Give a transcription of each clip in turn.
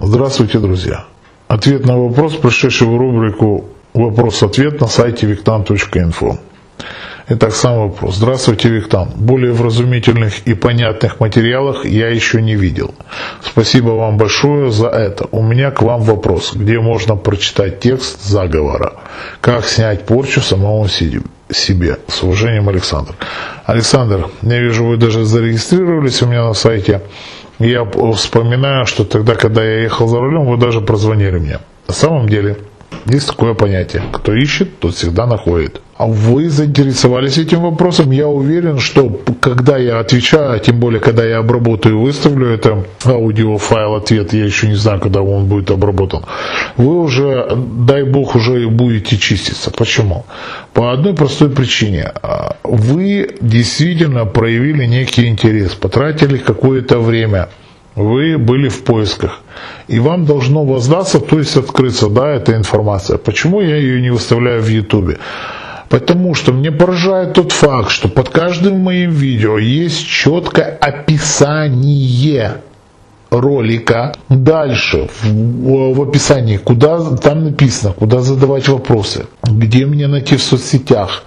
Здравствуйте, друзья! Ответ на вопрос, пришедший в рубрику «Вопрос-ответ» на сайте виктан.инфо. Итак, сам вопрос. Здравствуйте, Виктан. Более вразумительных и понятных материалов я еще не видел. Спасибо вам большое за это. У меня к вам вопрос, где можно прочитать текст заговора. Как снять порчу самому себе. С уважением, Александр. Александр, я вижу, вы даже зарегистрировались у меня на сайте. Я вспоминаю, что тогда, когда я ехал за рулем, вы даже прозвонили мне. На самом деле, есть такое понятие. Кто ищет, тот всегда находит. А вы заинтересовались этим вопросом. Я уверен, что когда я отвечаю, тем более, когда я обработаю и выставлю это аудиофайл ответ, я еще не знаю, когда он будет обработан, вы уже, дай бог, уже будете чиститься. Почему? По одной простой причине. Вы действительно проявили некий интерес, потратили какое-то время. Вы были в поисках. И вам должно воздаться, то есть открыться, да, эта информация. Почему я ее не выставляю в Ютубе? Потому что мне поражает тот факт, что под каждым моим видео есть четкое описание ролика. Дальше в описании, куда там написано, куда задавать вопросы, где меня найти в соцсетях,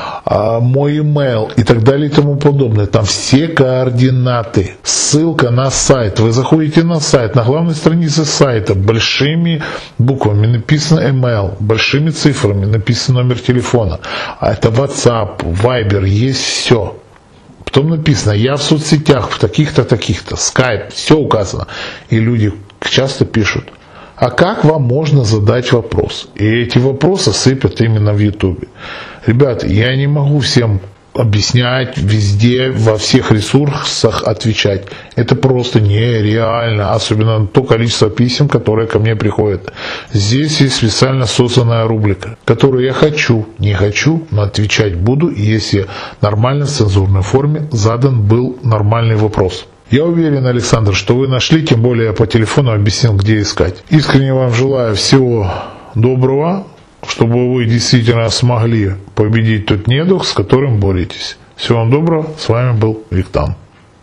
мой email и так далее и тому подобное. Там все координаты, ссылка на сайт. Вы заходите на сайт, на главной странице сайта большими буквами написано email, большими цифрами написан номер телефона. А это WhatsApp, Viber, есть все. Потом написано, я в соцсетях, в таких-то, таких-то, Skype, все указано. И люди часто пишут, а как вам можно задать вопрос? И эти вопросы сыпят именно в Ютубе. Ребята, я не могу всем объяснять везде, во всех ресурсах отвечать. Это просто нереально, особенно то количество писем, которые ко мне приходят. Здесь есть специально созданная рубрика, которую я хочу, не хочу, но отвечать буду, если нормально, в цензурной форме задан был нормальный вопрос. Я уверен, Александр, что вы нашли, тем более я по телефону объяснил, где искать. Искренне вам желаю всего доброго, чтобы вы действительно смогли победить тот недуг, с которым боретесь. Всего вам доброго, с вами был Виктан.